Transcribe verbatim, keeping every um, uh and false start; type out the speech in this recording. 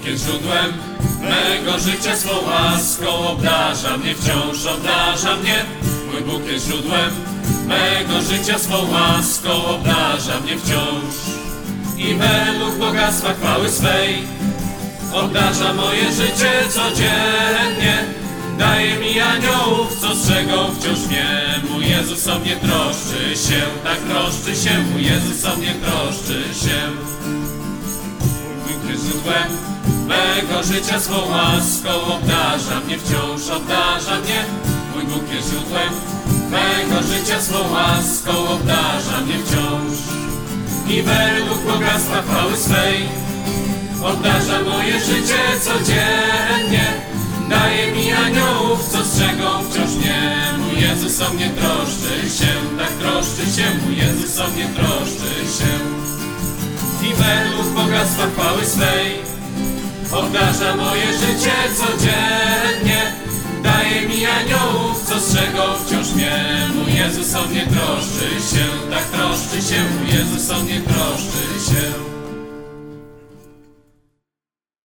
jest źródłem mego życia, swą łaską obdarza mnie, wciąż obdarza mnie. Mój Bóg jest źródłem mego życia, swą łaską obdarza mnie wciąż. I według bogactwa chwały swej obdarza moje życie codziennie. Daje mi aniołów, co strzegą wciąż mnie. Mój Jezus o mnie troszczy się, tak troszczy się. Mój Jezus o mnie troszczy się. Mój Bóg jest źródłem mego życia, swą łaską obdarza mnie, wciąż obdarza mnie. Mój Bóg jest źródłem mego życia, swą łaską obdarza mnie wciąż. I według bogactwa chwały swej obdarza moje życie codziennie. Daje mi aniołów, co strzegą wciąż mnie. Mój Jezus o mnie troszczy się, tak troszczy się. Mój Jezus o mnie troszczy się. I według bogactwa chwały swej obdarza moje życie codziennie. Daje mi aniołów, co strzegą wciąż mnie. Mój Jezus o mnie troszczy się, tak troszczy się. Mój Jezus o mnie troszczy się.